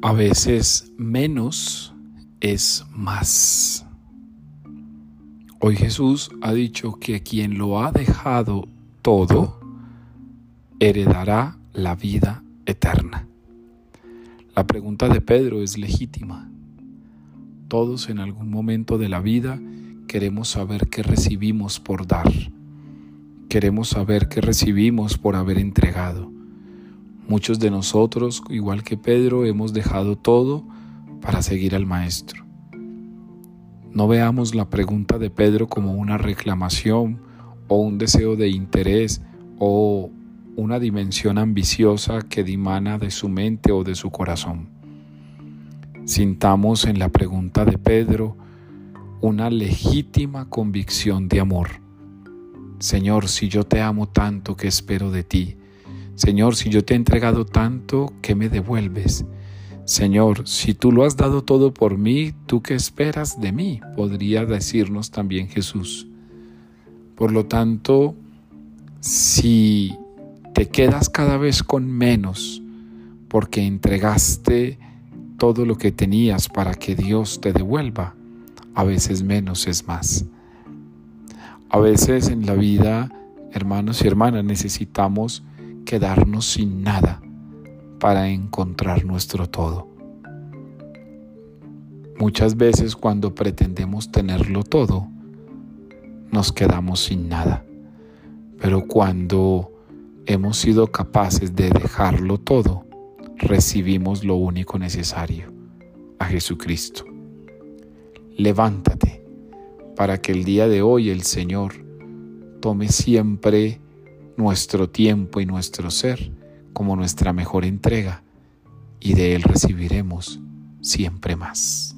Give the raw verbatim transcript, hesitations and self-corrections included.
A veces menos es más. Hoy Jesús ha dicho que quien lo ha dejado todo heredará la vida eterna. La pregunta de Pedro es legítima. Todos en algún momento de la vida queremos saber qué recibimos por dar. Queremos saber qué recibimos por haber entregado. Muchos de nosotros, igual que Pedro, hemos dejado todo para seguir al Maestro. No veamos la pregunta de Pedro como una reclamación o un deseo de interés o una dimensión ambiciosa que dimana de su mente o de su corazón. Sintamos en la pregunta de Pedro una legítima convicción de amor. Señor, si yo te amo tanto, ¿qué espero de ti? Señor, si yo te he entregado tanto, ¿qué me devuelves? Señor, si tú lo has dado todo por mí, ¿tú qué esperas de mí? Podría decirnos también Jesús. Por lo tanto, si te quedas cada vez con menos porque entregaste todo lo que tenías para que Dios te devuelva, a veces menos es más. A veces en la vida, hermanos y hermanas, necesitamos quedarnos sin nada para encontrar nuestro todo. Muchas veces cuando pretendemos tenerlo todo, nos quedamos sin nada. Pero cuando hemos sido capaces de dejarlo todo, recibimos lo único necesario, a Jesucristo. Levántate para que el día de hoy el Señor tome siempre nuestro tiempo y nuestro ser como nuestra mejor entrega, y de Él recibiremos siempre más.